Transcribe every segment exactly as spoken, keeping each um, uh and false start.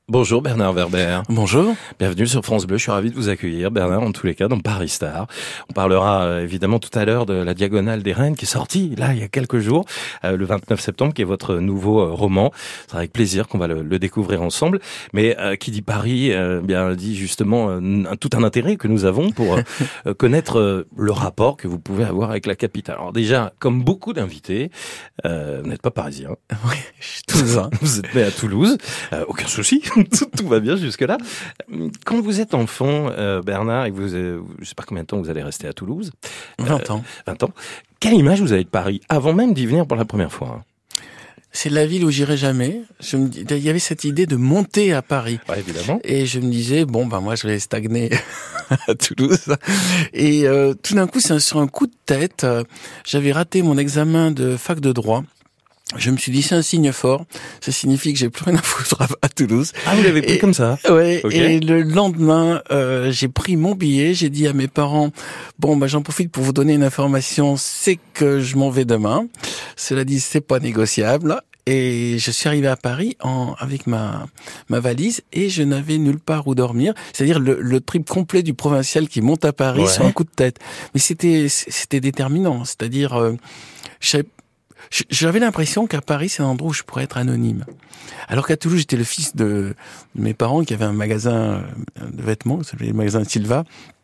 Bonjour Bernard Werber. Bonjour. Bienvenue sur France Bleu, je suis ravi de vous accueillir Bernard, en tous les cas dans Paris Star. On parlera euh, évidemment tout à l'heure de La Diagonale des Reines qui est sortie là il y a quelques jours, euh, le vingt-neuf septembre, qui est votre nouveau euh, roman. C'est avec plaisir qu'on va le, le découvrir ensemble. Mais euh, qui dit Paris, euh, bien dit justement euh, tout un intérêt que nous avons pour euh, connaître euh, le rapport que vous pouvez avoir avec la capitale. Alors déjà, comme beaucoup d'invités, euh, vous n'êtes pas parisien. Oui, je suis toulousain. Vous êtes né à Toulouse, euh, aucun souci. Tout va bien jusque-là. Quand vous êtes enfant, euh, Bernard, et vous, euh, je ne sais pas combien de temps vous allez rester à Toulouse. vingt ans. Euh, vingt ans. Quelle image vous avez de Paris, avant même d'y venir pour la première fois? C'est la ville où j'irai jamais. Je me, il y avait cette idée de monter à Paris. Ouais, évidemment. Et je me disais, bon, ben moi, je vais stagner à Toulouse. Et euh, tout d'un coup, c'est sur un coup de tête. Euh, j'avais raté mon examen de fac de droit. Je me suis dit, c'est un signe fort. Ça signifie que j'ai plus rien à foutre à Toulouse. Ah, vous l'avez pris et, comme ça? Ouais. Okay. Et le lendemain, euh, j'ai pris mon billet. J'ai dit à mes parents, bon, bah, j'en profite pour vous donner une information. C'est que je m'en vais demain. Cela dit, c'est pas négociable. Et je suis arrivé à Paris en, avec ma, ma valise et je n'avais nulle part où dormir. C'est-à-dire le, le trip complet du provincial qui monte à Paris ouais. sur un coup de tête. Mais c'était, c'était déterminant. C'est-à-dire, euh, je J'avais l'impression qu'à Paris, c'est un endroit où je pourrais être anonyme. Alors qu'à Toulouse, j'étais le fils de, de mes parents qui avaient un magasin de vêtements, ça s'appelait le magasin Silva.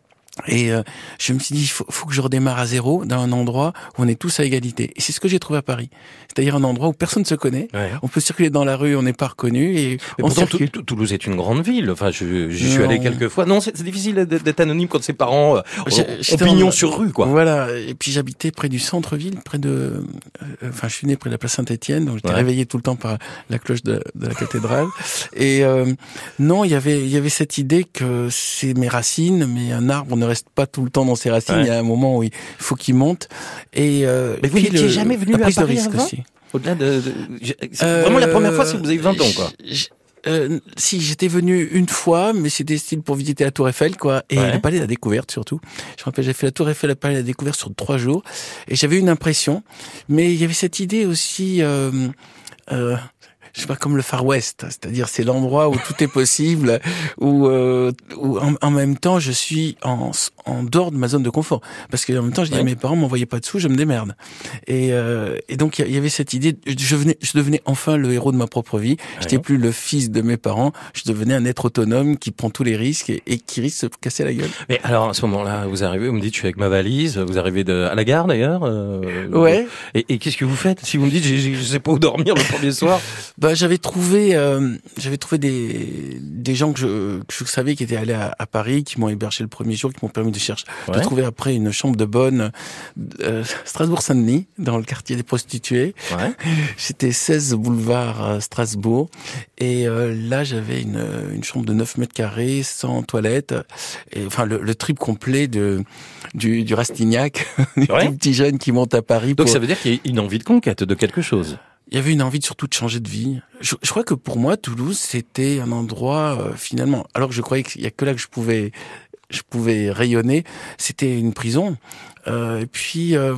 Et euh, je me suis dit, il faut, faut que je redémarre à zéro dans un endroit où on est tous à égalité. Et c'est ce que j'ai trouvé à Paris. C'est-à-dire un endroit où personne ne se connaît. Ouais. On peut circuler dans la rue, on n'est pas reconnu. Et Mais on pourtant, circule. Toulouse est une grande ville. Enfin, je, j'y suis allé quelques fois. Non, c'est, c'est difficile d'être anonyme quand ses parents euh, ont pignon sur rue, quoi. Voilà. Et puis j'habitais près du centre-ville, près de. Euh, enfin, je suis né près de la place Saint-Étienne, donc j'étais ouais. réveillé tout le temps par la cloche de, de la cathédrale. Et euh, non, il y avait, il y avait cette idée que c'est mes racines, mais un arbre ne reste pas tout le temps dans ses racines. Ouais. Il y a un moment où il faut qu'il monte. Et euh, mais vous n'étiez jamais venu à Paris avant aussi. Au-delà de, de c'est euh, vraiment la première fois, si vous avez vingt ans, quoi. J- euh, si j'étais venu une fois, mais c'était style pour visiter la Tour Eiffel, quoi, et ouais. le Palais de la Découverte surtout. Je me rappelle, j'ai fait la Tour Eiffel, le Palais de la Découverte sur trois jours, et j'avais une impression. Mais il y avait cette idée aussi. Euh, euh, je sais pas, comme le Far West, c'est-à-dire c'est l'endroit où tout est possible, où, euh, où en, en même temps je suis en, en dehors de ma zone de confort, parce que en même temps je dis ouais. à mes parents, m'envoyez pas de sous, je me démerde. Et, euh, et donc il y, y avait cette idée, je venais, je devenais enfin le héros de ma propre vie. Ouais. J'étais plus le fils de mes parents, je devenais un être autonome qui prend tous les risques et, et qui risque de se casser la gueule. Mais alors à ce moment-là, vous arrivez, vous me dites, je suis avec ma valise, vous arrivez de, à la gare d'ailleurs. Euh, ouais. Et, et qu'est-ce que vous faites si vous me dites, je, je sais pas où dormir le premier soir? Bah, j'avais trouvé, euh, j'avais trouvé des des gens que je que je savais qui étaient allés à, à Paris, qui m'ont hébergé le premier jour, qui m'ont permis de chercher, ouais. de trouver après une chambre de bonne, euh, Strasbourg-Saint-Denis, dans le quartier des prostituées. Ouais. C'était seize boulevard Strasbourg, et euh, là j'avais une une chambre de neuf mètres carrés, sans toilette, et enfin le, le trip complet de du du Rastignac, du ouais. petit jeune qui monte à Paris. Donc pour... ça veut dire qu'il y a une envie de conquête de quelque chose. Il y avait une envie de, surtout de changer de vie. Je, je crois que pour moi, Toulouse, c'était un endroit, euh, finalement, alors que je croyais qu'il y a que là que je pouvais, je pouvais rayonner, c'était une prison. Euh, et puis, euh,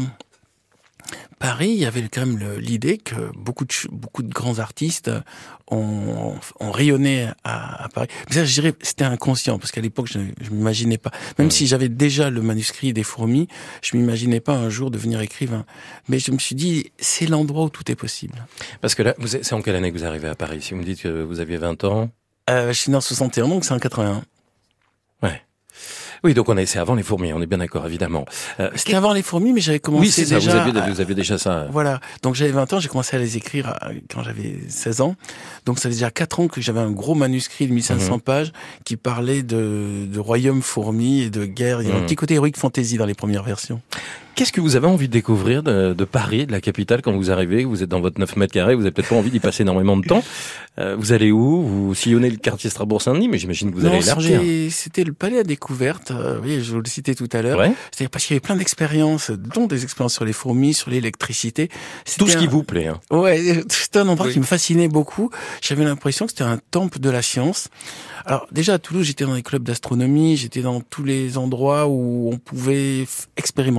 Paris, il y avait quand même le, l'idée que beaucoup de, beaucoup de grands artistes ont, ont rayonné à, à Paris. Mais ça, je dirais, c'était inconscient, parce qu'à l'époque, je ne m'imaginais pas. Même mmh. si j'avais déjà le manuscrit des Fourmis, je m'imaginais pas un jour devenir écrivain. Mais je me suis dit, c'est l'endroit où tout est possible. Parce que là, vous, c'est en quelle année que vous arrivez à Paris? Si vous me dites que vous aviez vingt ans? Euh, je suis né en soixante et un, donc c'est en quatre-vingt-un. Ouais. Oui, donc on est, c'est avant les Fourmis, on est bien d'accord, évidemment. Euh, C'était avant les Fourmis, mais j'avais commencé oui, c'est déjà... ça, vous aviez, vous aviez déjà ça. Voilà, donc j'avais vingt ans, j'ai commencé à les écrire quand j'avais seize ans. Donc ça faisait déjà quatre ans que j'avais un gros manuscrit de mille cinq cents mmh. pages qui parlait de, de royaume fourmis et de guerre. Il y a mmh. un petit côté héroïque fantasy dans les premières versions. Qu'est-ce que vous avez envie de découvrir de, de Paris, de la capitale, quand vous arrivez? Vous êtes dans votre neuf mètres carrés, vous avez peut-être pas envie d'y passer énormément de temps. Euh, vous allez où? Vous sillonnez le quartier Strasbourg-Saint-Denis, mais j'imagine que vous non, allez élargir. C'était, c'était le Palais à Découverte. Euh, oui, je vous le citais tout à l'heure. Ouais. C'était parce qu'il y avait plein d'expériences, dont des expériences sur les fourmis, sur l'électricité. C'était tout ce un... qui vous plaît. Hein. Ouais, c'était un endroit oui. qui me fascinait beaucoup. J'avais l'impression que c'était un temple de la science. Alors déjà à Toulouse, j'étais dans les clubs d'astronomie, j'étais dans tous les endroits où on pouvait f- expérimenter. Mmh.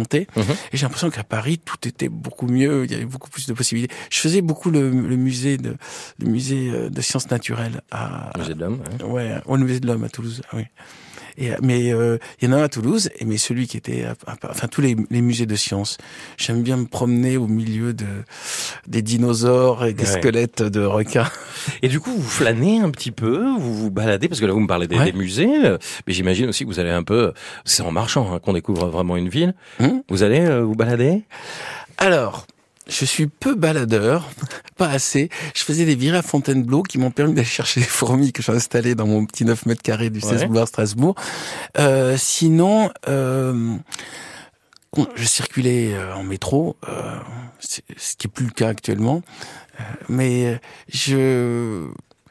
Et j'ai l'impression qu'à Paris, tout était beaucoup mieux. Il y avait beaucoup plus de possibilités. Je faisais beaucoup le, le musée de, le musée de sciences naturelles à, Musée de l'Homme. Ouais, ouais au musée de l'Homme à Toulouse. Oui. Et, mais euh, il y en a un à Toulouse, et mais celui qui était, à, à, enfin tous les, les musées de sciences. J'aime bien me promener au milieu de des dinosaures et des ouais. squelettes de requins. Et du coup, vous flânez un petit peu, vous vous baladez, parce que là vous me parlez des, ouais. des musées, mais j'imagine aussi que vous allez un peu. C'est en marchant hein, qu'on découvre vraiment une ville. Hum vous allez euh, vous balader? Alors. Je suis peu baladeur, pas assez. Je faisais des virées à Fontainebleau qui m'ont permis d'aller chercher les fourmis que j'ai installées dans mon petit neuf mètres carrés du seize ouais. boulevard Strasbourg. Euh, sinon, euh, je circulais en métro, euh, ce qui est plus le cas actuellement. Euh, mais je...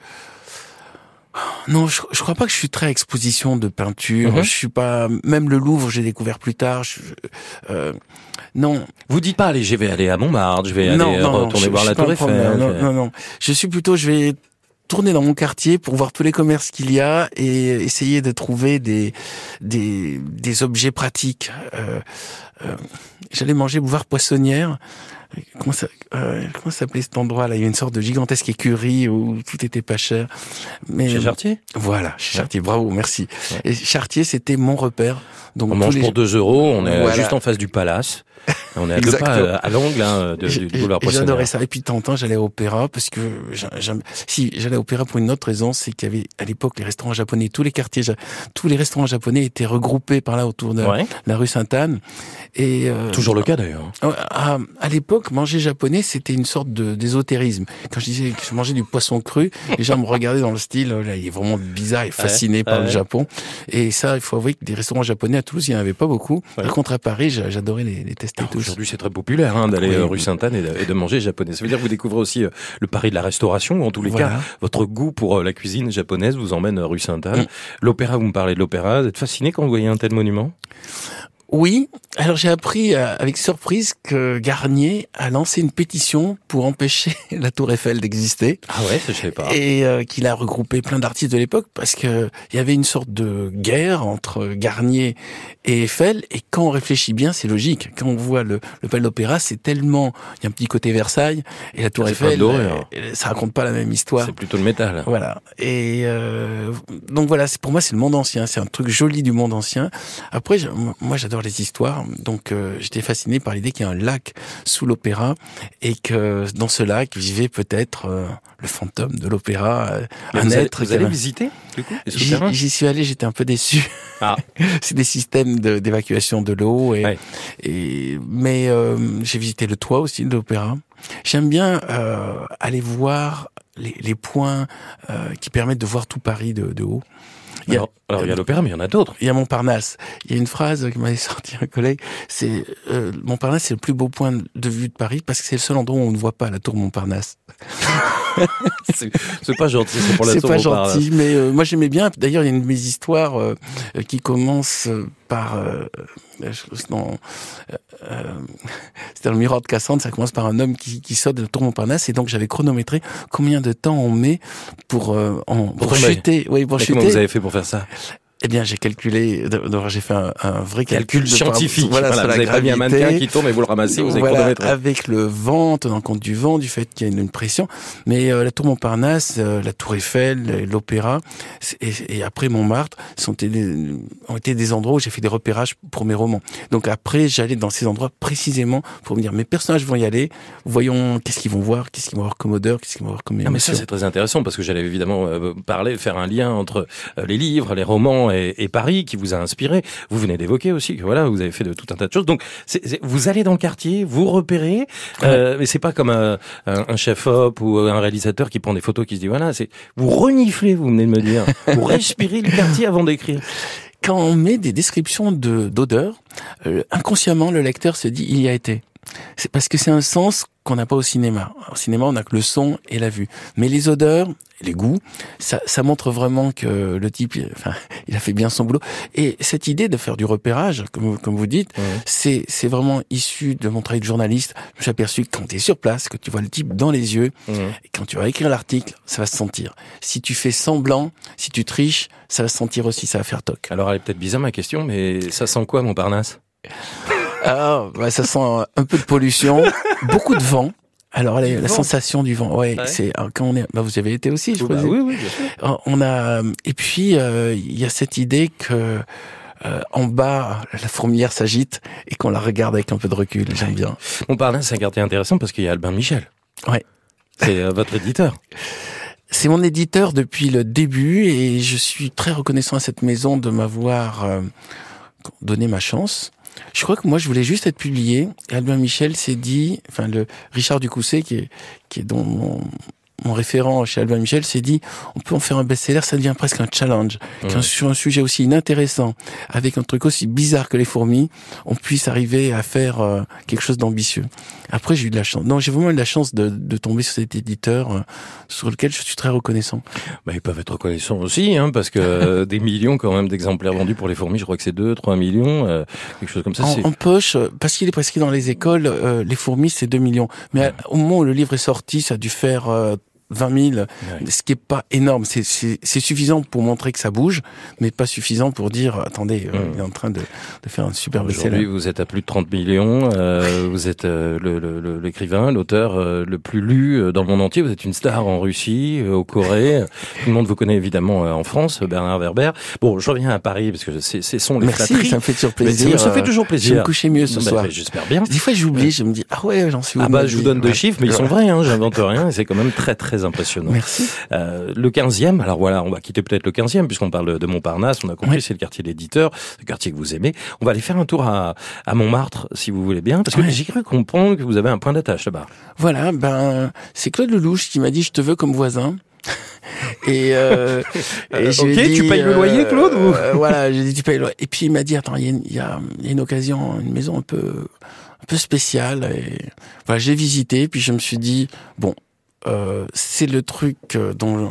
Non, je, je crois pas que je suis très exposition de peinture. Mm-hmm. Je suis pas. Même le Louvre, j'ai découvert plus tard. Je, euh, non. Vous dites pas, allez, je vais aller à Montmartre, je vais aller non, non, retourner non, voir je, la je Tour Eiffel. Non, non, non. Je suis plutôt, je vais tourner dans mon quartier pour voir tous les commerces qu'il y a et essayer de trouver des des des objets pratiques. Euh, euh, j'allais manger boulevard Poissonnière. Comment ça, euh, comment ça s'appelait cet endroit-là? Il y a une sorte de gigantesque écurie où tout était pas cher. Mais chez Chartier. Voilà, chez Chartier. Bravo, merci. Ouais. Et Chartier, c'était mon repère. Donc on mange les... pour deux euros. On est voilà. juste en face du Palace. On est à deux pas à l'angle hein, de, du boulevard Poissonnière. J'adorais ça. Et puis de temps en temps, j'allais à l'opéra parce que j'aime. Si j'allais à l'opéra pour une autre raison, c'est qu'il y avait à l'époque les restaurants japonais, tous les quartiers, tous les restaurants japonais étaient regroupés par là autour de ouais. la rue Sainte-Anne. Et euh, toujours le cas d'ailleurs. À, à l'époque, manger japonais, c'était une sorte de d'ésotérisme. Quand je disais que je mangeais du poisson cru, les gens me regardaient dans le style, là, il est vraiment bizarre et fasciné ouais. par ouais. le Japon. Et ça, il faut avouer que des restaurants japonais à Toulouse, il n'y en avait pas beaucoup. Ouais. Par contre, à Paris, j'adorais les, les tester tous. Aujourd'hui, c'est très populaire hein, d'aller oui, rue Sainte-Anne et, et de manger japonais. Ça veut dire que vous découvrez aussi euh, le pari de la restauration, ou en tous les voilà. cas, votre goût pour euh, la cuisine japonaise vous emmène rue Sainte-Anne. Mm. L'opéra, vous me parlez de l'opéra. Vous êtes fasciné quand vous voyez un tel monument? Oui, alors j'ai appris euh, avec surprise que Garnier a lancé une pétition pour empêcher la Tour Eiffel d'exister. Ah ouais, ça je savais pas. Et euh, qu'il a regroupé plein d'artistes de l'époque parce que il y avait une sorte de guerre entre Garnier et Eiffel. Et quand on réfléchit bien, c'est logique. Quand on voit le, le Palais de l'Opéra, c'est tellement il y a un petit côté Versailles et la Tour Eiffel, euh, ça raconte pas la même histoire. C'est plutôt le métal. Voilà. Et euh, donc voilà, c'est pour moi c'est le monde ancien. C'est un truc joli du monde ancien. Après, moi j'adore les histoires, donc euh, j'étais fasciné par l'idée qu'il y a un lac sous l'opéra et que dans ce lac vivait peut-être euh, le fantôme de l'opéra, euh, un être. Allez, vous allez visiter du coup J'y, j'y suis allé, j'étais un peu déçu. Ah. C'est des systèmes de, d'évacuation de l'eau et, ouais. et mais euh, j'ai visité le toit aussi de l'opéra. J'aime bien euh, aller voir les, les points euh, qui permettent de voir tout Paris de, de haut. Il y a, alors, alors il y a l'opéra, mais il y en a d'autres. Il y a Montparnasse. Il y a une phrase qui m'avait sorti un collègue. C'est euh, Montparnasse, c'est le plus beau point de vue de Paris parce que c'est le seul endroit où on ne voit pas la tour Montparnasse. c'est, c'est pas gentil, c'est pour la c'est tour pas Montparnasse. gentil, mais euh, moi j'aimais bien. D'ailleurs, il y a une de mes histoires euh, qui commence par euh, non, euh, c'était dans le miroir de Cassandre. Ça commence par un homme qui, qui saute de la tour Montparnasse, et donc j'avais chronométré combien de temps on met pour euh, en, pour, pour chuter. Oui, pour mais chuter. Comment vous avez fait pour faire ça? Eh bien, j'ai calculé, d'abord j'ai fait un, un vrai calcul, calcul scientifique. Voilà, voilà, sur vous la avez pas mis un mannequin qui tourne et vous le ramassez, vous avez voilà, chronométré. Avec le vent, tenant compte du vent, du fait qu'il y a une, une pression. Mais euh, la tour Montparnasse, euh, la tour Eiffel, l'opéra, et, et après Montmartre, sont des, ont été des endroits où j'ai fait des repérages pour mes romans. Donc après, j'allais dans ces endroits précisément pour me dire, mes personnages vont y aller, voyons qu'est-ce qu'ils vont voir, qu'est-ce qu'ils vont voir comme odeur, qu'est-ce qu'ils vont voir comme émotion. Ah, mais ça, c'est très intéressant, parce que j'allais évidemment euh, parler, faire un lien entre euh, les livres, les romans et, et Paris, qui vous a inspiré. Vous venez d'évoquer aussi que voilà, vous avez fait de tout un tas de choses. Donc, c'est, c'est, vous allez dans le quartier, vous repérez, ouais. euh, mais c'est pas comme un, un, un chef-op ou un réalisateur qui prend des photos qui se dit voilà, c'est vous reniflez, vous venez de me dire, vous respirez le quartier avant d'écrire. Quand on met des descriptions de d'odeurs, euh, inconsciemment le lecteur se dit il y a été. C'est parce que c'est un sens qu'on n'a pas au cinéma. Au cinéma, on n'a que le son et la vue. Mais les odeurs, les goûts, ça, ça montre vraiment que le type, enfin, il a fait bien son boulot. Et cette idée de faire du repérage, comme, comme vous dites, ouais. c'est, c'est vraiment issu de mon travail de journaliste. Je me suis aperçu que quand tu es sur place, que tu vois le type dans les yeux, ouais. et quand tu vas écrire l'article, ça va se sentir. Si tu fais semblant, si tu triches, ça va se sentir aussi, ça va faire toc. Alors, elle est peut-être bizarre ma question, mais ça sent quoi, Montparnasse? Ah, bah, ça sent un peu de pollution, beaucoup de vent. Alors la, la vent. sensation du vent, ouais, Ouais. c'est quand on est. Bah, vous avez été aussi, je Bah, présume. oui, oui, bien sûr. On a et puis euh, il y a cette idée que euh, en bas la fourmilière s'agite et qu'on la regarde avec un peu de recul. J'aime bien. Montparnasse, c'est un quartier intéressant parce qu'il y a Albin Michel. Ouais. C'est euh, votre éditeur. C'est mon éditeur depuis le début et je suis très reconnaissant à cette maison de m'avoir euh, donné ma chance. Je crois que moi je voulais juste être publié et Albin Michel s'est dit, enfin le Richard Ducousset qui est qui est dans mon mon référent chez Albin Michel s'est dit on peut en faire un best-seller, ça devient presque un challenge. Mmh. Qu'un, sur un sujet aussi inintéressant, avec un truc aussi bizarre que les fourmis, on puisse arriver à faire euh, quelque chose d'ambitieux. Après, j'ai eu de la chance. Non, j'ai vraiment eu de la chance de, de tomber sur cet éditeur euh, sur lequel je suis très reconnaissant. Bah, ils peuvent être reconnaissants aussi, hein, parce que euh, des millions quand même d'exemplaires vendus pour les fourmis, je crois que c'est deux, trois millions, euh, quelque chose comme ça. En, c'est... en poche, euh, parce qu'il est prescrit dans les écoles, euh, les fourmis, c'est deux millions. Mais à- au moment où le livre est sorti, ça a dû faire euh, vingt mille, Ouais. ce qui est pas énorme. C'est, c'est, c'est suffisant pour montrer que ça bouge, mais pas suffisant pour dire, attendez, euh, Mmh. il est en train de, de faire un super Aujourd'hui, best-seller. vous êtes à plus de trente millions, euh, vous êtes euh, le, le, le- l'écrivain, l'auteur euh, le plus lu euh, dans le monde entier, vous êtes une star en Russie, euh, au Corée, tout le monde vous connaît évidemment euh, en France, Bernard Werber. Bon, je reviens à Paris, parce que c'est, c'est sont les Merci, flatteries. ça me fait toujours Mais plaisir. ça me fait euh, toujours Je vais plaisir. me coucher mieux ce Bah, soir. bah, j'espère bien. Des fois, j'oublie, je me dis, ah ouais, j'en suis où Ah de bah ma je vous vie. donne deux Ouais. chiffres, mais ils sont vrais, hein, j'invente rien, et c'est quand même très très impressionnant. Merci. Euh, le quinzième, alors voilà, on va quitter peut-être le quinzième, puisqu'on parle de Montparnasse, on a compris, Ouais. c'est le quartier d'éditeur, le quartier que vous aimez. On va aller faire un tour à, à Montmartre, si vous voulez bien, parce que Ouais. j'ai cru comprendre que vous avez un point d'attache là-bas. Voilà, ben, c'est Claude Lelouch qui m'a dit, je te veux comme voisin. Et, euh, et je lui ai ok, dit, tu payes le loyer, Claude, ou euh, Voilà, j'ai dit, tu payes le loyer. Et puis il m'a dit, attends, il y a, une- il y, a, il y a une occasion, une maison un peu, un peu spéciale. Et voilà, j'ai visité, puis je me suis dit, bon, euh, c'est le truc euh, dont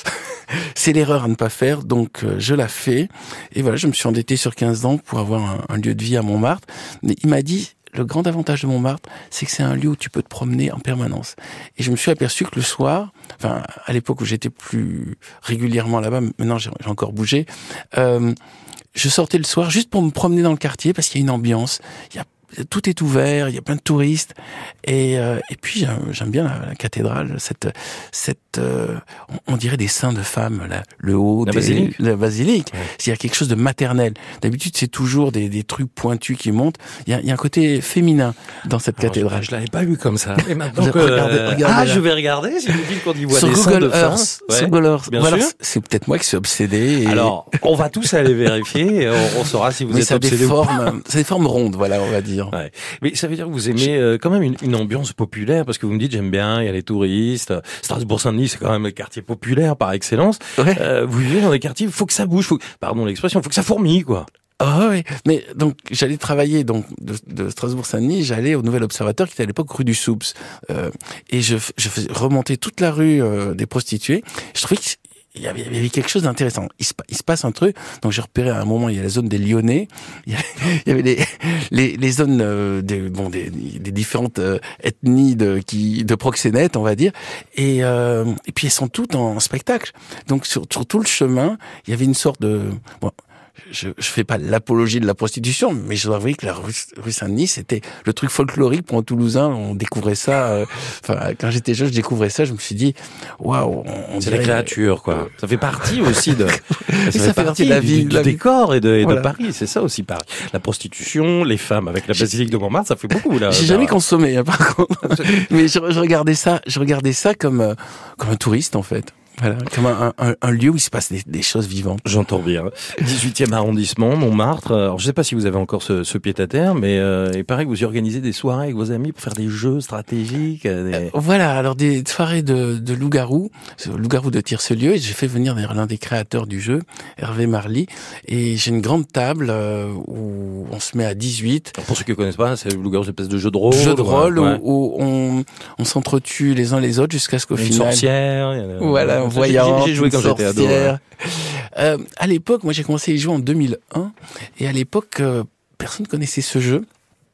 c'est l'erreur à ne pas faire, donc euh, je la fais. Et voilà, je me suis endetté sur quinze ans pour avoir un, un lieu de vie à Montmartre. Mais il m'a dit, le grand avantage de Montmartre, c'est que c'est un lieu où tu peux te promener en permanence. Et je me suis aperçu que le soir, enfin, à l'époque où j'étais plus régulièrement là-bas, maintenant j'ai j'ai encore bougé, euh, je sortais le soir juste pour me promener dans le quartier parce qu'il y a une ambiance, il y a tout est ouvert, il y a plein de touristes et euh, et puis j'aime, j'aime bien la, la cathédrale, cette cette euh, on, on dirait des seins de femmes là, le haut La des, basilique. la basilique. Ouais. Il y a quelque chose de maternel. D'habitude c'est toujours des des trucs pointus qui montent. Il y a il y a un côté féminin dans cette Alors, cathédrale. Je, je l'avais pas vu comme ça. Et maintenant Vous que, regardez- regardez ah, là. je vais regarder, si vous dites qu'on y voit Sur des seins Google de femmes. Earth, Ouais. sur Google Earth. Bien Voilà, sûr. c'est- c'est peut-être moi qui suis obsédé. Et... Alors, on va tous aller vérifier et on, on saura si vous mais êtes ça a des obsédé ou pas. formes, c'est des formes rondes, voilà, on va dire. Ouais. Mais ça veut dire que vous aimez euh, quand même une, une ambiance populaire, parce que vous me dites j'aime bien, il y a les touristes. Strasbourg-Saint-Denis, c'est quand même le quartier populaire par excellence. Ouais. Euh, vous vivez dans des quartiers, il faut que ça bouge, faut, pardon l'expression, il faut que ça fourmille, quoi. Ah oui, mais donc j'allais travailler donc de, de Strasbourg-Saint-Denis, j'allais au Nouvel Observateur qui était à l'époque rue du Soups, euh, et je, je faisais remonter toute la rue euh, des prostituées. Je trouvais qu'il y avait, il y avait quelque chose d'intéressant. Il se, il se passe un truc. Donc j'ai repéré à un moment, il y a la zone des Lyonnais, il y, a, il y avait les, les, les zones euh, des, bon, des, des différentes euh, ethnies de, qui, de proxénètes, on va dire, et, euh, et puis elles sont toutes en spectacle. Donc sur, sur tout le chemin, il y avait une sorte de bon, je, je fais pas l'apologie de la prostitution, mais je dois avouer que la rue, rue Saint-Denis, c'était le truc folklorique pour un Toulousain. On découvrait ça. euh, Enfin, quand j'étais jeune, je découvrais ça. Je me suis dit, waouh, on C'est la dirait- créature, quoi. Ça fait partie aussi de, ça, ça fait partie de la du- vie, du, de la vie. décor et de, et de Voilà. Paris. C'est ça aussi, Paris. La prostitution, les femmes avec la basilique de Montmartre, ça fait beaucoup, là. J'ai jamais consommé, hein, par contre. Mais je, je regardais ça, je regardais ça comme euh, comme un touriste en fait. Voilà, comme un, un, un lieu où il se passe des, des choses vivantes. J'entends bien. dix-huitième arrondissement, Montmartre. Alors, je sais pas si vous avez encore ce, ce pied-à-terre, mais euh, il paraît que vous y organisez des soirées avec vos amis pour faire des jeux stratégiques. euh, des- Voilà, alors des soirées de, de loup-garou, c'est loup-garou de Tire-ce-Lieu, et j'ai fait venir d'ailleurs l'un des créateurs du jeu, Hervé Marly, et j'ai une grande table euh, où on se met à dix-huit, Alors, pour ceux qui ne connaissent pas, c'est le Loup-garou, c'est une espèce de jeu de rôle. jeu de rôle ouais. où, où on, on s'entretue les uns les autres jusqu'à ce qu'au Une final... sorcière. il y a- Voilà, J'ai- voyante, J'ai joué une quand j'étais ado. sorcière. ouais. Euh, à l'époque, moi j'ai commencé à y jouer en deux mille un, et à l'époque, euh, personne connaissait ce jeu.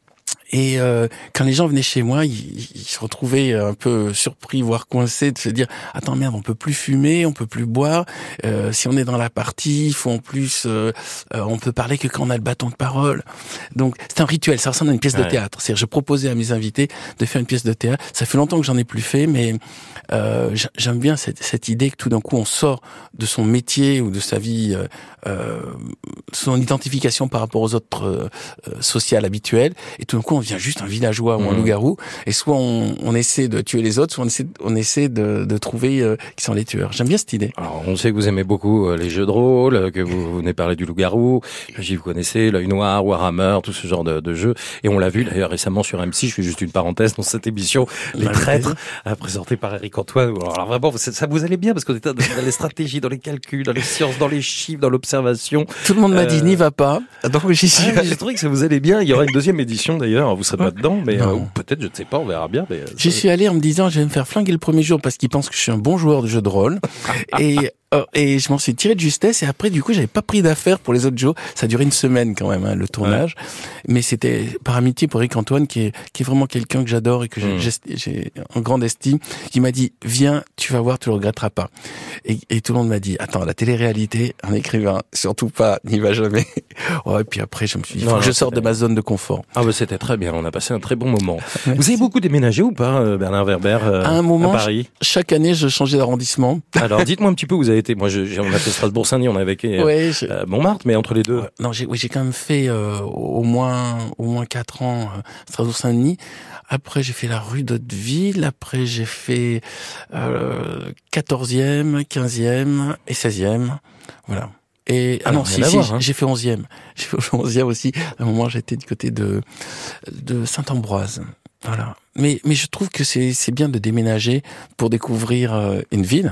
Et euh, quand les gens venaient chez moi, ils, ils se retrouvaient un peu surpris, voire coincés, de se dire « Attends, merde, on peut plus fumer, on peut plus boire. Euh, si on est dans la partie, il faut en plus... Euh, euh, on peut parler que quand on a le bâton de parole. » Donc, c'est un rituel, ça ressemble à une pièce ouais. de théâtre. C'est-à-dire, je proposais à mes invités de faire une pièce de théâtre. Ça fait longtemps que j'en ai plus fait, mais euh, j'aime bien cette, cette idée que tout d'un coup, on sort de son métier ou de sa vie, euh, euh, son identification par rapport aux autres euh, sociales habituelles, et tout d'un coup, on devient juste un villageois mmh. ou un loup-garou, et soit on, on essaie de tuer les autres, soit on essaie, on essaie de, de trouver euh, qui sont les tueurs. J'aime bien cette idée. Alors, on sait que vous aimez beaucoup euh, les jeux de rôle, que vous, vous venez parler du loup-garou, j'y vous connaissez, l'œil noir, Warhammer, tout ce genre de, de jeux, et on l'a vu d'ailleurs récemment sur M six, je fais juste une parenthèse dans cette émission, Les Traîtres, euh, présenté par Eric Antoine. Alors vraiment, ça vous allait bien, parce qu'on était dans les stratégies, dans les calculs, dans les sciences, dans les chiffres, dans l'observation. Tout le monde m'a euh... dit, n'y va pas, donc j'y suis. Ah, j'ai trouvé que ça vous allait bien, il y aura une deuxième édition d'ailleurs, vous serez pas dedans, mais euh, peut-être, je ne sais pas, on verra bien. Mais, euh, J'y suis allé en me disant, je vais me faire flinguer le premier jour parce qu'ils pensent que je suis un bon joueur de jeu de rôle. et euh, et je m'en suis tiré de justesse. Et après, du coup, j'avais pas pris d'affaires pour les autres jours. Ça a duré une semaine quand même, hein, le tournage. Ouais. Mais c'était par amitié pour Eric Antoine, qui est qui est vraiment quelqu'un que j'adore et que mmh. j'ai, j'ai en grande estime. Il m'a dit, viens, tu vas voir, tu le regretteras pas. Et, et tout le monde m'a dit, attends, la télé-réalité, un écrivain, surtout pas, n'y va jamais. Ouais, et puis après, je me suis dit, il faut non, que non, je sorte de ma zone de confort. Ah bah c'était très bien. On a passé un très bon moment. Vous avez beaucoup déménagé ou pas, Bernard Werber, euh, à un moment, à Paris? Chaque année, je changeais d'arrondissement. Alors, dites-moi un petit peu où vous avez été. Moi, je, on a fait Strasbourg-Saint-Denis, on avait fait ouais, je... euh, Montmartre, mais entre les deux. Ouais, non, j'ai, oui, j'ai quand même fait euh, au moins, au moins quatre ans euh, Strasbourg-Saint-Denis. Après, j'ai fait la rue d'Hauteville. Après, j'ai fait euh, quatorzième, quinzième et seizième. Voilà. Et ah non, si, si, voir, hein. j'ai fait onzième. J'ai fait onzième aussi. À un moment, j'étais du côté de de Saint-Ambroise. Voilà. Mais mais je trouve que c'est c'est bien de déménager pour découvrir euh, une ville.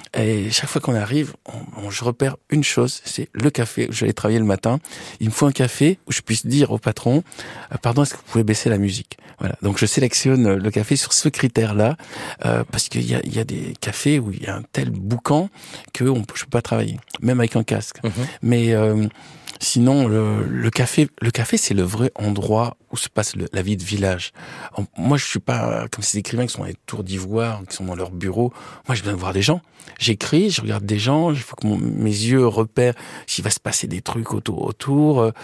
Et chaque fois qu'on arrive, on, on, je repère une chose, c'est le café. Je vais travailler le matin. Il me faut un café où je puisse dire au patron, euh, pardon, est-ce que vous pouvez baisser la musique? Voilà. Donc je sélectionne le café sur ce critère-là, euh, parce qu'il y a, il y a des cafés où il y a un tel boucan que on, je peux pas travailler, même avec un casque. Mmh. Mais euh, sinon, le, le café, le café, c'est le vrai endroit où se passe le, la vie de village. Moi, je suis pas comme ces écrivains qui sont dans les tours d'ivoire, qui sont dans leur bureau. Moi, j'ai besoin de voir des gens. J'écris, je regarde des gens. Il faut que mon, mes yeux repèrent s'il va se passer des trucs autour. autour. Euh,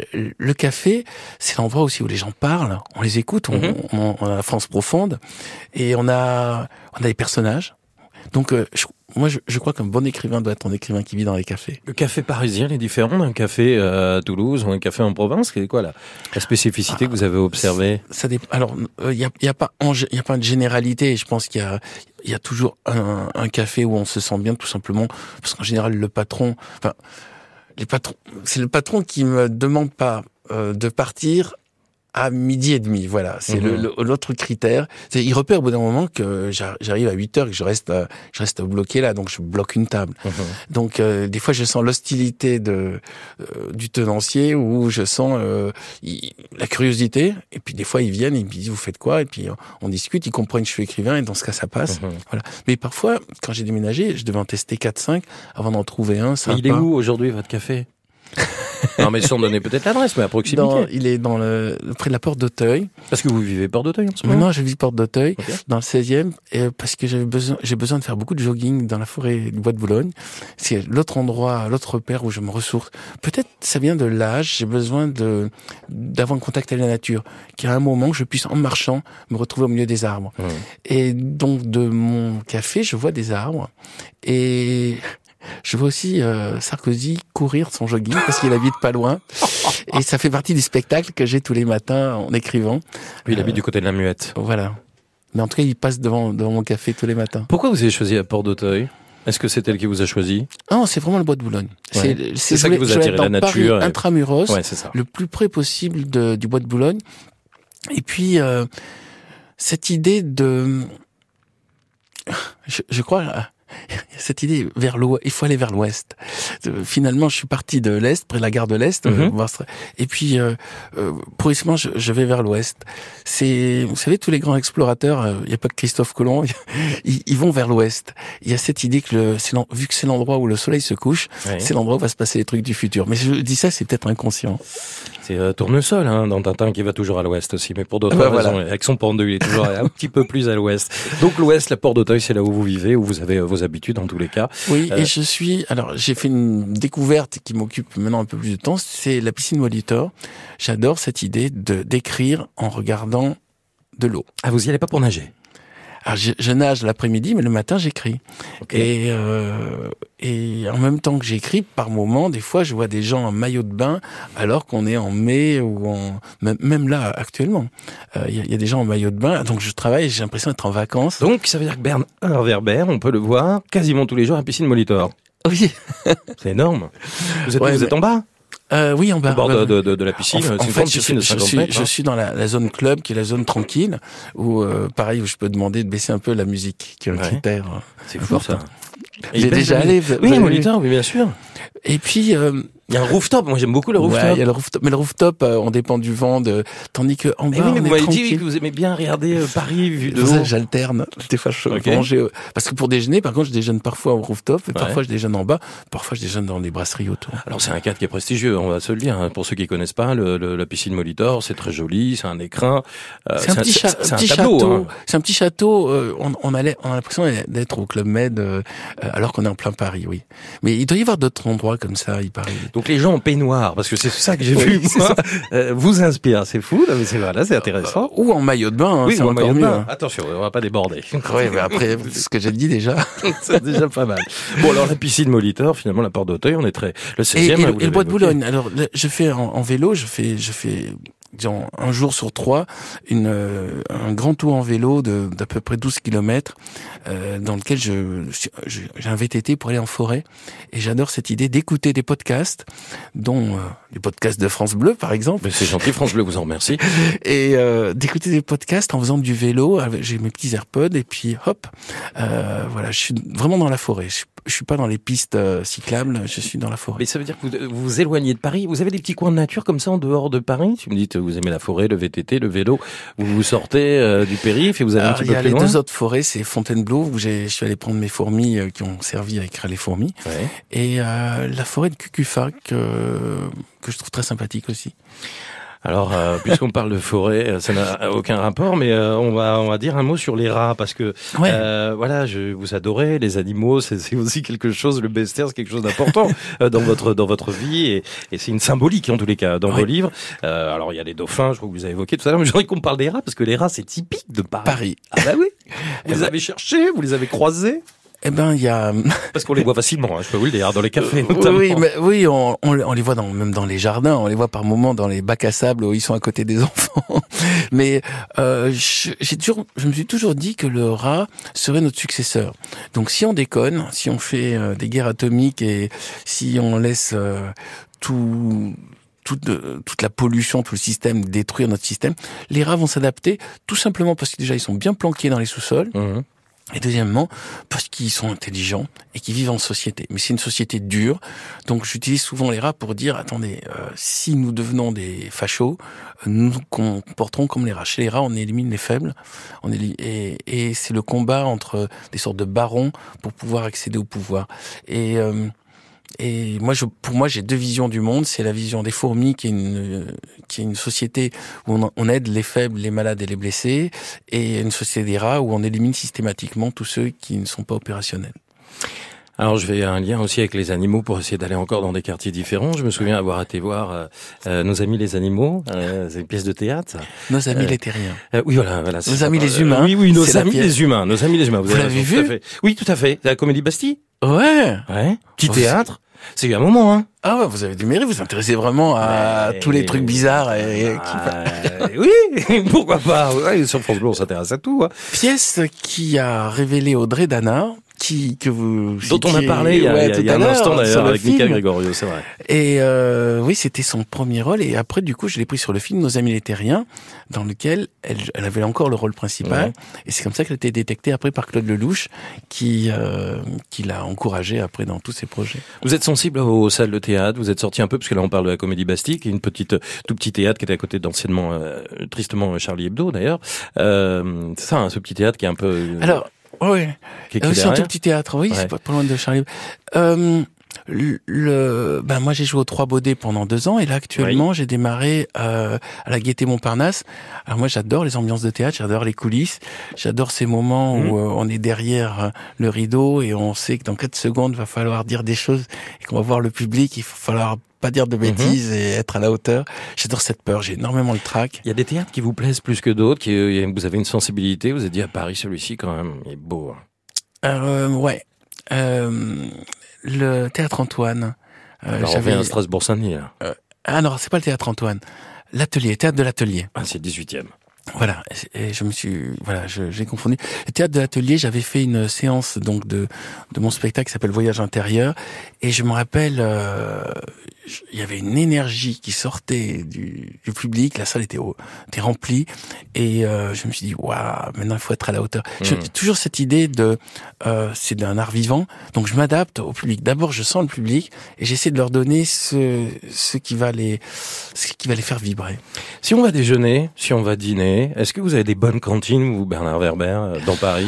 le café, c'est l'endroit aussi où les gens parlent. On les écoute. On, mm-hmm. on, on a la France profonde et on a, on a des personnages. Donc, euh, je, moi, je, je crois qu'un bon écrivain doit être un écrivain qui vit dans les cafés. Le café parisien est différent d'un café euh, à Toulouse ou un café en province. Quelle est quoi la, la spécificité ah, que vous avez observée? Ça dépend. Alors, il euh, y a, y a pas, il y a pas de généralité. Je pense qu'il y a, il y a toujours un, un café où on se sent bien, tout simplement, parce qu'en général, le patron, enfin, les patrons, c'est le patron qui me demande pas euh, de partir à midi et demi, voilà. C'est mmh. le, le, l'autre critère. C'est, il repère au bout d'un moment que j'arrive à huit heures et que je reste, je reste bloqué là, donc je bloque une table. Mmh. Donc, euh, des fois, je sens l'hostilité de, euh, du tenancier ou je sens euh, il, la curiosité. Et puis, des fois, ils viennent, ils me disent, vous faites quoi? Et puis, on, on discute, ils comprennent que je suis écrivain et dans ce cas, ça passe. Mmh. Voilà. Mais parfois, quand j'ai déménagé, je devais en tester quatre cinq avant d'en trouver un. Mais il est où aujourd'hui, votre café? Non, mais sans donner peut-être l'adresse, mais à proximité. Dans, il est dans le, près de la porte d'Auteuil. Parce que vous vivez porte d'Auteuil en ce moment? Non, je vis porte d'Auteuil, okay. Dans le seizième, et parce que j'avais besoin, j'ai besoin de faire beaucoup de jogging dans la forêt du Bois de Boulogne. C'est l'autre endroit, l'autre repère où je me ressource. Peut-être ça vient de l'âge, j'ai besoin de, d'avoir un contact avec la nature. Qu'à un moment, je puisse, en marchant, me retrouver au milieu des arbres. Mmh. Et donc, de mon café, je vois des arbres. Et, je vois aussi euh, Sarkozy courir son jogging parce qu'il habite pas loin. Et ça fait partie du spectacle que j'ai tous les matins en écrivant. Lui, il habite euh, du côté de la Muette. Voilà. Mais en tout cas, il passe devant, devant mon café tous les matins. Pourquoi vous avez choisi la porte d'Auteuil? Est-ce que c'est elle qui vous a choisi? Non, c'est vraiment le Bois de Boulogne. Ouais. C'est, c'est, c'est ça qui vous a attiré, la nature. Paris, et... intramuros, ouais, c'est ça. Le plus près possible de, du Bois de Boulogne. Et puis, euh, cette idée de... Je, je crois... cette idée vers l'ouest. Il faut aller vers l'ouest. Euh, finalement, je suis parti de l'est, près de la gare de l'est, mm-hmm. euh, voir, et puis euh, euh, progressivement, je, je vais vers l'ouest. C'est, vous savez, tous les grands explorateurs, il euh, n'y a pas que Christophe Colomb, ils, ils vont vers l'ouest. Il y a cette idée que le, c'est vu que c'est l'endroit où le soleil se couche, oui. c'est l'endroit où va se passer les trucs du futur. Mais je dis ça, c'est peut-être inconscient. C'est euh, Tournesol, hein, dans Tintin, qui va toujours à l'ouest aussi, mais pour d'autres bah, raisons. Voilà. Avec son pendu, il est toujours un petit peu plus à l'ouest. Donc l'ouest, la Porte d'Auteuil, c'est là où vous vivez, où vous avez euh, vos habitudes en tous les cas. Oui, euh... et je suis... Alors, j'ai fait une découverte qui m'occupe maintenant un peu plus de temps, c'est la piscine Molitor. J'adore cette idée de d'écrire en regardant de l'eau. Ah, vous y allez pas pour nager? Alors, je, je nage l'après-midi, mais le matin, j'écris. Okay. Et, euh, et en même temps que j'écris, par moment, des fois, je vois des gens en maillot de bain, alors qu'on est en mai ou en... Même, même là, actuellement. Il euh, y, y a des gens en maillot de bain, donc je travaille, j'ai l'impression d'être en vacances. Donc, ça veut dire que Bernard Werber, on peut le voir quasiment tous les jours à la piscine Molitor. Oui. C'est énorme. Vous êtes, ouais, vous mais... êtes en bas? Euh, oui, en bas. Au bord de, de, de, de la piscine. En, c'est en une fait, piscine je, de je, cinquante suis, mètres, je hein. suis dans la, la zone club, qui est la zone tranquille, où, euh, pareil, où je peux demander de baisser un peu la musique, qui est un ouais. critère. C'est fou, ça. J'ai déjà allé. Vous, oui, vous Molitor, oui, bien sûr. Et puis, euh, il y a un rooftop. Moi, j'aime beaucoup le rooftop. Ouais, il y a le rooftop. Mais le rooftop, euh, on dépend du vent, de, tandis que en bas, mais oui, mais on vous est m'avez tranquille. dit que vous aimez bien regarder euh, Paris vu de ça, haut. J'alterne. Des fois, je okay. manger, euh, parce que pour déjeuner, par contre, je déjeune parfois au rooftop, et ouais. parfois je déjeune en bas, parfois je déjeune dans les brasseries autour. Alors, c'est un cadre qui est prestigieux, on va se le dire. Hein. Pour ceux qui connaissent pas, le, le, la piscine Molitor, c'est très joli, c'est un écrin. Euh, c'est un petit, cha- c'est un petit tableau, château. Hein. C'est un petit château. Euh, on, on, allait, on a l'impression d'être au Club Med, euh, alors qu'on est en plein Paris, oui. Mais il doit y avoir d'autres endroits comme ça, il paraît. Donc les gens en peignoir, parce que c'est ça que j'ai oui, vu, moi, euh, vous inspire. C'est fou, là, mais c'est voilà, c'est intéressant. Euh, ou en maillot de bain, hein, oui, c'est en encore maillot mieux. de bain. Hein. Attention, on va pas déborder. Oui, mais après, ce que j'ai dit déjà. C'est déjà pas mal. Bon, alors la piscine Molitor, finalement, la Porte d'Auteuil, on est très... Le seizième, et, et, là, vous et le bois de évoqué. Boulogne. Alors, là, je fais en, en vélo, je fais, je fais, disons, un jour sur trois, une, euh, un grand tour en vélo de, d'à peu près douze kilomètres, euh, dans lequel je, je, j'ai un V T T pour aller en forêt. Et j'adore cette idée d'écouter des podcasts, dont, euh, les podcasts de France Bleu, par exemple. Mais c'est gentil, France Bleu vous en remercie. Et, euh, d'écouter des podcasts en faisant du vélo, avec, j'ai mes petits AirPods, et puis, hop, euh, voilà, je suis vraiment dans la forêt. Je, je suis pas dans les pistes euh, cyclables, je suis dans la forêt. Mais ça veut dire que vous vous, vous éloignez de Paris. Vous avez des petits coins de nature comme ça en dehors de Paris? Tu me dites, vous aimez la forêt, le V T T, le vélo. Vous vous sortez euh, du périph' et vous allez Alors, un petit il peu y a plus les loin. deux autres forêts, c'est Fontainebleau, où j'ai, je suis allé prendre mes fourmis euh, qui ont servi à écrire les fourmis. Ouais. Et euh, la forêt de Cucufa, que, que je trouve très sympathique aussi. Alors, euh, puisqu'on parle de forêt, ça n'a aucun rapport, mais euh, on va on va dire un mot sur les rats parce que ouais. euh, voilà, je vous adorez les animaux, c'est, c'est aussi quelque chose, le bestiaire, c'est quelque chose d'important euh, dans votre dans votre vie et, et c'est une symbolique en tous les cas dans ouais. vos livres. Euh, alors il y a les dauphins, je crois que vous avez évoqué tout à l'heure, mais j'aimerais qu'on parle des rats parce que les rats c'est typique de Paris. Paris. Ah bah oui. Vous eh les ben... avez cherchés, vous les avez croisés. Eh ben, il y a... Parce qu'on les voit facilement, hein, je peux vous le dire, dans les cafés notamment. Oui, mais, oui on, on, on les voit dans, même dans les jardins, on les voit par moments dans les bacs à sable où ils sont à côté des enfants. Mais euh, je, j'ai toujours, je me suis toujours dit que le rat serait notre successeur. Donc si on déconne, si on fait euh, des guerres atomiques et si on laisse euh, tout... Toute, toute la pollution, tout le système, détruire notre système, les rats vont s'adapter tout simplement parce que déjà ils sont bien planqués dans les sous-sols. Mmh. Et deuxièmement, parce qu'ils sont intelligents et qu'ils vivent en société. Mais c'est une société dure, donc j'utilise souvent les rats pour dire, attendez, euh, si nous devenons des fachos, nous nous comporterons comme les rats. Chez les rats, on élimine les faibles, on élimine, et, et c'est le combat entre des sortes de barons pour pouvoir accéder au pouvoir. Et... Euh, Et moi, je, pour moi, j'ai deux visions du monde. C'est la vision des fourmis, qui est une, qui est une société où on, on aide les faibles, les malades et les blessés, et une société des rats où on élimine systématiquement tous ceux qui ne sont pas opérationnels. Alors je vais un lien aussi avec les animaux pour essayer d'aller encore dans des quartiers différents. Je me souviens avoir été voir euh, euh, Nos amis les animaux, euh, c'est une pièce de théâtre. Nos amis euh, les terriens. Euh, oui voilà, voilà. Nos ça, amis euh, les humains. Oui oui, nos amis la les humains, nos amis les humains. Vous, Vous l'avez vu? Tout à fait. Oui tout à fait. La Comédie Bastille. Ouais. Ouais. Petit vous théâtre. C'est eu un moment hein. Ah ouais, vous avez du mérite, vous vous intéressez vraiment à mais... tous les trucs bizarres. Et... Euh, oui, pourquoi pas. Ouais, sur France Bleu, on s'intéresse à tout. Hein. Pièce qui a révélé Audrey Dana, qui que vous dont on a parlé il y a, ouais, il y a, il y a un instant d'ailleurs avec Mika Gregorio, c'est vrai. Et euh, oui, c'était son premier rôle. Et après, du coup, je l'ai pris sur le film Nos amis les terriens, dans lequel elle, elle avait encore le rôle principal. Ouais. Et c'est comme ça qu'elle a été détectée après par Claude Lelouch, qui euh, qui l'a encouragée après dans tous ses projets. Vous êtes sensible aux salles de théâtre. Vous êtes sorti un peu parce que là on parle de la Comédie Bastille, qui est une petite tout petit théâtre qui était à côté d'anciennement euh, tristement Charlie Hebdo d'ailleurs. Euh, c'est ça, hein, ce petit théâtre qui est un peu. Alors. Oui, c'est un tout petit théâtre, oui, ouais. C'est pas, pas loin de Charlie. Euh, le, le, ben moi j'ai joué aux Trois Baudets pendant deux ans et là actuellement oui. j'ai démarré euh, à la Gaîté Montparnasse. Alors moi j'adore les ambiances de théâtre, j'adore les coulisses, j'adore ces moments mmh. où euh, on est derrière le rideau et on sait que dans quatre secondes il va falloir dire des choses et qu'on va voir le public, il va falloir pas dire de bêtises mmh. et être à la hauteur. J'adore cette peur, j'ai énormément le trac. Il y a des théâtres qui vous plaisent plus que d'autres, qui vous avez une sensibilité, vous avez dit à Paris celui-ci quand même, il est beau. Euh, ouais, euh, le Théâtre Antoine. Euh, Alors j'avais un Strasbourg-Saint-Denis là. Euh, ah non, c'est pas le Théâtre Antoine. L'Atelier, Théâtre de l'Atelier. Ah, c'est le dix-huitième. Voilà, et je me suis, voilà, je, j'ai confondu. Le théâtre de l'Atelier, j'avais fait une séance donc de de mon spectacle qui s'appelle Voyage intérieur, et je me rappelle, euh, il y avait une énergie qui sortait du, du public, la salle était, était remplie, et euh, je me suis dit, waouh, maintenant il faut être à la hauteur. Mmh. J'ai toujours cette idée de, euh, c'est d'un art vivant, donc je m'adapte au public. D'abord, je sens le public et j'essaie de leur donner ce ce qui va les ce qui va les faire vibrer. Si on va déjeuner, si on va dîner. Est-ce que vous avez des bonnes cantines, vous, Bernard Werber, dans Paris?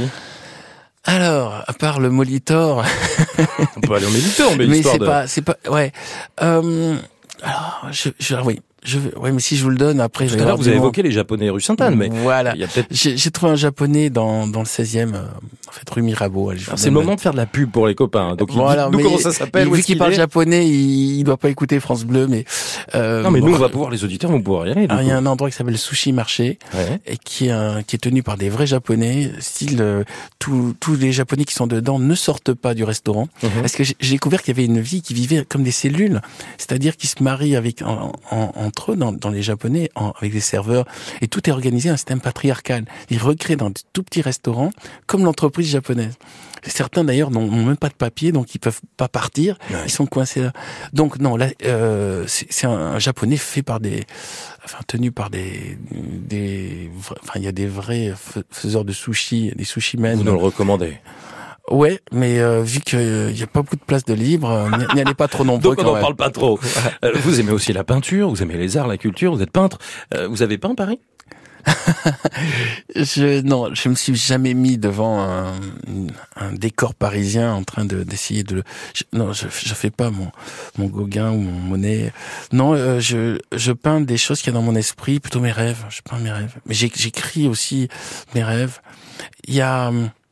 Alors, à part le Molitor... On peut aller au Molitor, mais, mais histoire c'est de... pas, c'est pas, ouais. Euh, alors, je, je, oui. Je, ouais, mais si je vous le donne, après... Tout à l'heure, vous avez évoqué les Japonais rue Sainte-Anne, mais... Voilà. Il y a peut-être... J'ai, j'ai trouvé un Japonais dans, dans le seizième, euh, en fait, rue Mirabeau. Allez, c'est le moment de faire de la pub pour les copains. Donc, voilà, nous, mais comment ça s'appelle? Vu qu'il parle japonais, il, il doit pas écouter France Bleu, mais... Euh, non, mais bon, nous, on va pouvoir, les auditeurs vont pouvoir y aller. Alors, il y a un endroit qui s'appelle Sushi Marché, ouais. et qui est, un, qui est tenu par des vrais Japonais, style, euh, tous, tous les Japonais qui sont dedans ne sortent pas du restaurant. Mm-hmm. Parce que j'ai, j'ai découvert qu'il y avait une vie qui vivait comme des cellules. C'est-à-dire qu'ils se marient avec, en, en, entre eux, dans, dans les Japonais, en, avec des serveurs, et tout est organisé un système patriarcal. Ils recréent dans des tout petits restaurants, comme l'entreprise japonaise. Certains d'ailleurs n'ont même pas de papier, donc ils peuvent pas partir. Ouais. Ils sont coincés là. Donc non, là, euh, c'est, c'est un, un japonais fait par des, enfin tenu par des, des, enfin il y a des vrais faiseurs de sushi, des sushi-men. Vous nous le recommandez? Ouais, mais euh, vu qu'il euh, y a pas beaucoup de place de libre, euh, n'y allez pas trop nombreux. Donc on n'en parle pas trop. euh, vous aimez aussi la peinture, vous aimez les arts, la culture, vous êtes peintre. Euh, vous avez peint Paris? je non, je me suis jamais mis devant un, un décor parisien en train de d'essayer de. Je, non, je je fais pas mon mon Gauguin ou mon Monet. Non, euh, je je peins des choses qu'il y a dans mon esprit, plutôt mes rêves. Je peins mes rêves, mais j'écris aussi mes rêves. Il y a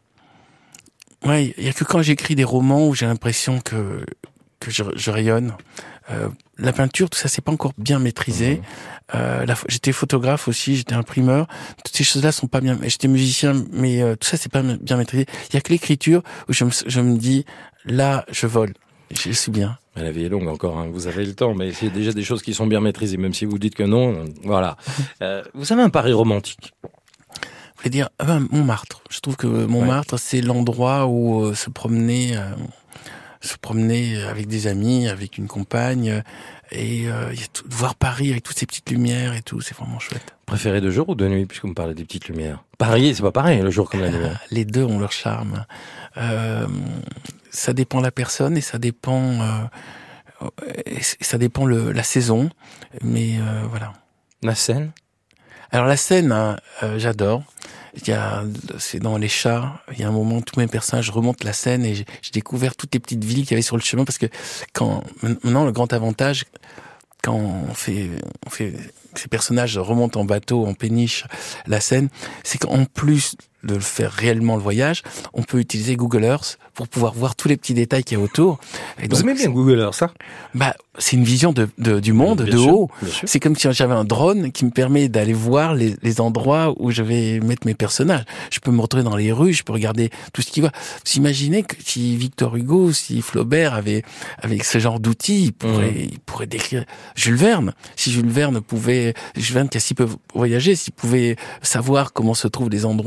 Ouais, il y a que quand j'écris des romans où j'ai l'impression que que je, je rayonne. Euh, la peinture, tout ça, c'est pas encore bien maîtrisé. Mmh. Euh, la, j'étais photographe aussi, j'étais imprimeur. Toutes ces choses-là sont pas bien. J'étais musicien, mais euh, tout ça, c'est pas bien maîtrisé. Il y a que l'écriture où je me je me dis là, je vole. Je suis bien. La vie est longue encore, hein. Vous avez le temps, mais c'est déjà des choses qui sont bien maîtrisées, même si vous dites que non. Voilà. Euh, vous avez un Paris romantique? Je voulais dire, ah ben, Montmartre. Je trouve que Montmartre, ouais. c'est l'endroit où euh, se promener, euh, se promener avec des amis, avec une compagne, euh, et euh, y a tout, voir Paris avec toutes ces petites lumières et tout, c'est vraiment chouette. Préféré de jour ou de nuit, puisque vous me parlez des petites lumières? Paris, c'est pas pareil, le jour comme la nuit. Les deux ont leur charme. Euh, ça dépend de la personne et ça dépend, euh, et ça dépend le, la saison, mais euh, voilà. La Seine? Alors la Seine, hein, euh, j'adore. Il y a, c'est dans Les Chats. Il y a un moment, tous mes personnages remontent la Seine et j'ai, j'ai découvert toutes les petites villes qu'il y avait sur le chemin parce que quand, maintenant, le grand avantage, quand on fait, on fait, ces personnages remontent en bateau, en péniche, la Seine, c'est qu'en plus de faire réellement le voyage, on peut utiliser Google Earth pour pouvoir voir tous les petits détails qu'il y a autour. Et donc, vous aimez bien Google Earth, ça? Bah, c'est une vision de, de du monde, bien de sûr, haut. C'est comme si j'avais un drone qui me permet d'aller voir les, les endroits où je vais mettre mes personnages. Je peux me retrouver dans les rues, je peux regarder tout ce qu'il voit. Vous imaginez que si Victor Hugo, si Flaubert avait, avec ce genre d'outils, il pourrait, mmh. il pourrait décrire Jules Verne. Si Jules Verne pouvait, Jules Verne qui a si peu voyagé, s'il pouvait savoir comment se trouvent les endroits qu'il décrit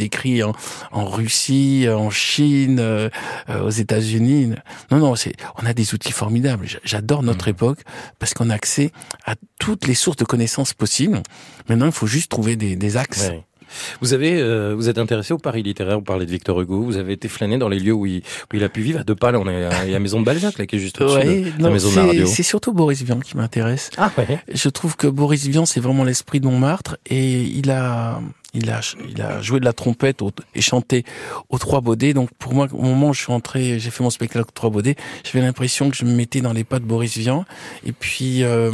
écrit en, en Russie, en Chine, euh, euh, aux États-Unis. Non, non, c'est, on a des outils formidables. J'adore notre mmh. époque parce qu'on a accès à toutes les sources de connaissances possibles. Maintenant, il faut juste trouver des, des axes. Ouais. Vous avez, euh, vous êtes intéressé au Paris littéraire, vous parlez de Victor Hugo, vous avez été flâné dans les lieux où il, où il a pu vivre. À Deux-Pas, là, on est à la maison de Balzac, là, qui est juste au-dessus ouais, de non, la maison de la radio. C'est surtout Boris Vian qui m'intéresse. Ah ouais. Je trouve que Boris Vian, c'est vraiment l'esprit de Montmartre, et il a, il a, il a joué de la trompette au, et chanté aux Trois Baudets. Donc pour moi, au moment où je suis entré, j'ai fait mon spectacle aux Trois Baudets, j'avais l'impression que je me mettais dans les pas de Boris Vian. Et puis, euh,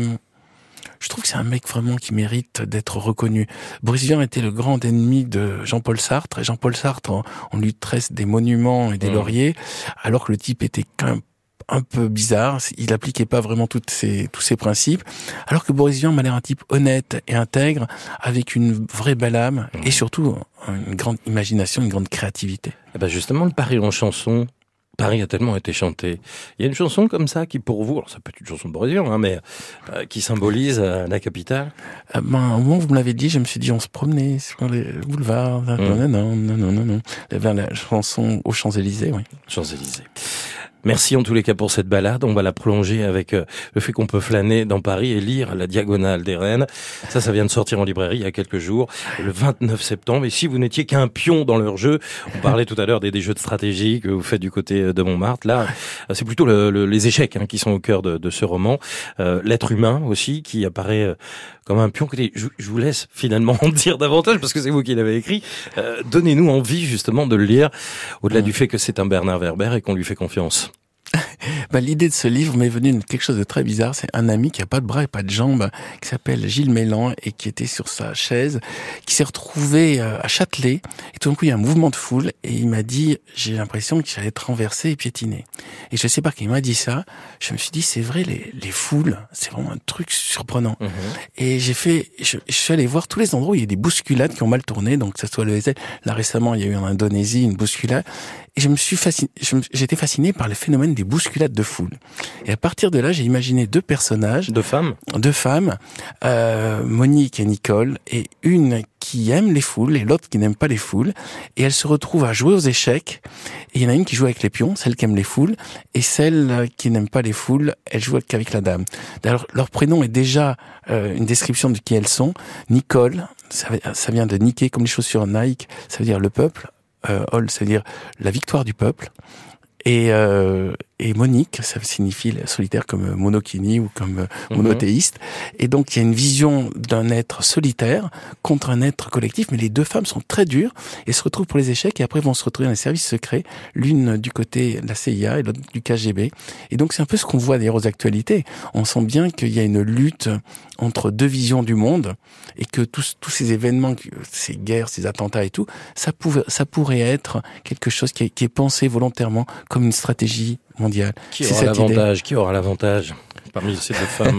je trouve que c'est un mec vraiment qui mérite d'être reconnu. Boris Vian était le grand ennemi de Jean-Paul Sartre. Et Jean-Paul Sartre, on, on lui tresse des monuments et des mmh. lauriers, alors que le type était quand même un peu bizarre. Il appliquait pas vraiment toutes ces, tous ces principes. Alors que Boris Vian m'a l'air un type honnête et intègre, avec une vraie belle âme, mmh. et surtout une grande imagination, une grande créativité. Et ben justement, le Paris en chanson, Paris a tellement été chanté. Il y a une chanson comme ça qui, pour vous, alors ça peut être une chanson de Boris Vian, hein, mais euh, qui symbolise euh, la capitale. Euh, ben, au moment où vous me l'avez dit, je me suis dit, on se promenait sur les boulevards, mmh. non, non, non, non, non, non, vers la chanson aux Champs-Élysées, oui. Champs-Élysées. Merci en tous les cas pour cette balade. On va la prolonger avec euh, le fait qu'on peut flâner dans Paris et lire La Diagonale des Reines. Ça, ça vient de sortir en librairie il y a quelques jours, le vingt-neuf septembre. Et si vous n'étiez qu'un pion dans leur jeu, on parlait tout à l'heure des, des jeux de stratégie que vous faites du côté de Montmartre. Là, c'est plutôt le, le, les échecs hein, qui sont au cœur de, de ce roman. Euh, l'être humain aussi qui apparaît euh, comme un pion. Je, je vous laisse finalement en dire davantage parce que c'est vous qui l'avez écrit. Euh, donnez-nous envie justement de le lire, au-delà du fait que c'est un Bernard Werber et qu'on lui fait confiance. Bah, l'idée de ce livre m'est venue de quelque chose de très bizarre. C'est un ami qui a pas de bras et pas de jambes, qui s'appelle Gilles Mélan et qui était sur sa chaise, qui s'est retrouvé à Châtelet. Et tout d'un coup, il y a un mouvement de foule et il m'a dit, j'ai l'impression que j'allais être renversé et piétiné. Et je sais pas, quand il m'a dit ça, je me suis dit, c'est vrai, les, les foules, c'est vraiment un truc surprenant. Mmh. Et j'ai fait, je, je suis allé voir tous les endroits où il y a des bousculades qui ont mal tourné, donc que ce soit le S L. Là, récemment, il y a eu en Indonésie une bousculade. Et je me suis fasciné, j'étais fasciné par le phénomène des bousculades de foule. Et à partir de là, j'ai imaginé deux personnages. Deux femmes. Deux femmes, euh, Monique et Nicole, et une qui aime les foules et l'autre qui n'aime pas les foules. Et elles se retrouvent à jouer aux échecs. Et il y en a une qui joue avec les pions, celle qui aime les foules, et celle qui n'aime pas les foules, elle joue qu'avec la dame. D'ailleurs, leur prénom est déjà euh, une description de qui elles sont. Nicole, ça, ça vient de Nike, comme les chaussures Nike, ça veut dire le peuple. Euh, Hall, ça veut dire la victoire du peuple. Et, euh, et Monique, ça signifie solitaire comme monokini ou comme monothéiste. Mm-hmm. Et donc, il y a une vision d'un être solitaire contre un être collectif. Mais les deux femmes sont très dures et se retrouvent pour les échecs et après vont se retrouver dans les services secrets, l'une du côté de la C I A et l'autre du K G B. Et donc, c'est un peu ce qu'on voit d'ailleurs aux actualités. On sent bien qu'il y a une lutte entre deux visions du monde et que tous, tous ces événements, ces guerres, ces attentats et tout, ça, pouvait, ça pourrait être quelque chose qui est, qui est pensé volontairement comme une stratégie mondiale. Qui aura l'avantage? Qui aura l'avantage parmi ces deux femmes?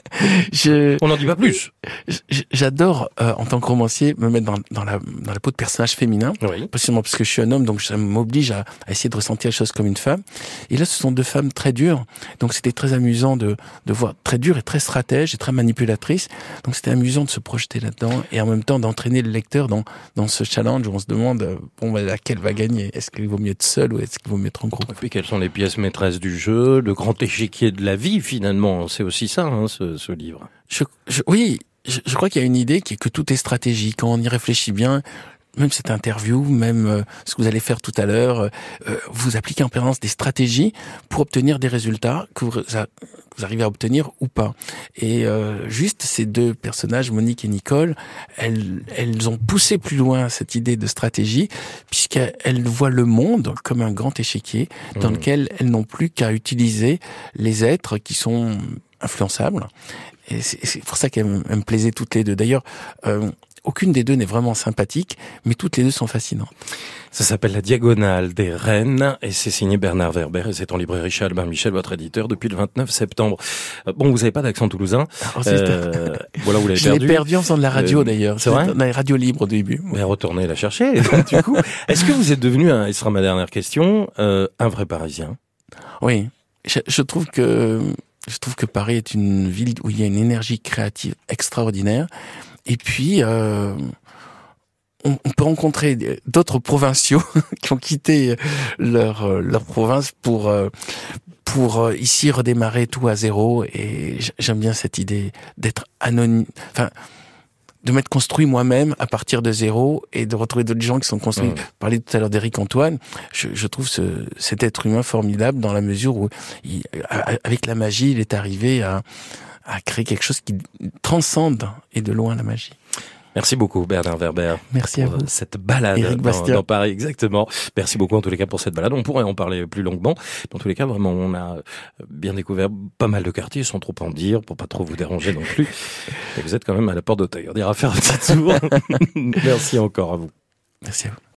Je, On n'en dit pas plus. J'adore, euh, en tant que romancier, me mettre dans, dans, la, dans la peau de personnages féminins. Oui. Possiblement parce que je suis un homme, donc ça m'oblige à, à essayer de ressentir les choses comme une femme. Et là, ce sont deux femmes très dures. Donc c'était très amusant de, de voir très dures et très stratèges et très manipulatrices. Donc c'était amusant de se projeter là-dedans et en même temps d'entraîner le lecteur dans, dans ce challenge où on se demande, bon, bah, laquelle va gagner? Est-ce qu'il vaut mieux être seul ou est-ce qu'il vaut mieux être en groupe? Et puis quelles sont les pièces maîtresses du jeu? Le grand échiquier de la vie, finalement. C'est aussi ça, hein, ce, ce livre. Je, je, oui, je, je crois qu'il y a une idée qui est que tout est stratégie. Quand on y réfléchit bien, même cette interview, même euh, ce que vous allez faire tout à l'heure, euh, vous appliquez en permanence des stratégies pour obtenir des résultats que vous, que vous arrivez à obtenir ou pas. Et euh, juste ces deux personnages, Monique et Nicole, elles, elles ont poussé plus loin cette idée de stratégie, puisqu'elles voient le monde comme un grand échiquier dans mmh. lequel elles n'ont plus qu'à utiliser les êtres qui sont influençables. Et c'est pour ça qu'elles me plaisaient toutes les deux. D'ailleurs, euh, aucune des deux n'est vraiment sympathique, mais toutes les deux sont fascinantes. Ça s'appelle La Diagonale des Reines et c'est signé Bernard Werber et c'est en librairie chez Albin Michel, votre éditeur, depuis le vingt-neuf septembre. Bon, vous n'avez pas d'accent toulousain. Oh, euh, voilà, vous l'avez perdu. Je l'ai perdu en faisant de la radio euh, d'ailleurs. C'est vrai? Dans les radios libres au début. Mais retournez la chercher. Donc, du coup, est-ce que vous êtes devenu, un, et ce sera ma dernière question, euh, un vrai Parisien? Oui. Je, je trouve que Je trouve que Paris est une ville où il y a une énergie créative extraordinaire. Et puis, euh, on, on peut rencontrer d'autres provinciaux qui ont quitté leur leur province pour pour ici redémarrer tout à zéro. Et j'aime bien cette idée d'être anonyme, enfin de m'être construit moi-même à partir de zéro et de retrouver d'autres gens qui sont construits. Mmh. Vous parliez tout à l'heure d'Éric Antoine. Je, je trouve ce, cet être humain formidable dans la mesure où, il, avec la magie, il est arrivé à, à créer quelque chose qui transcende et de loin la magie. Merci beaucoup Bernard Werber. Merci à vous. Cette balade dans, dans Paris, exactement. Merci beaucoup en tous les cas pour cette balade. On pourrait en parler plus longuement. Dans tous les cas, vraiment, on a bien découvert pas mal de quartiers sans trop en dire, pour pas trop vous déranger non plus. Et vous êtes quand même à la porte d'Auteuil. On ira faire un petit tour. Merci encore à vous. Merci à vous.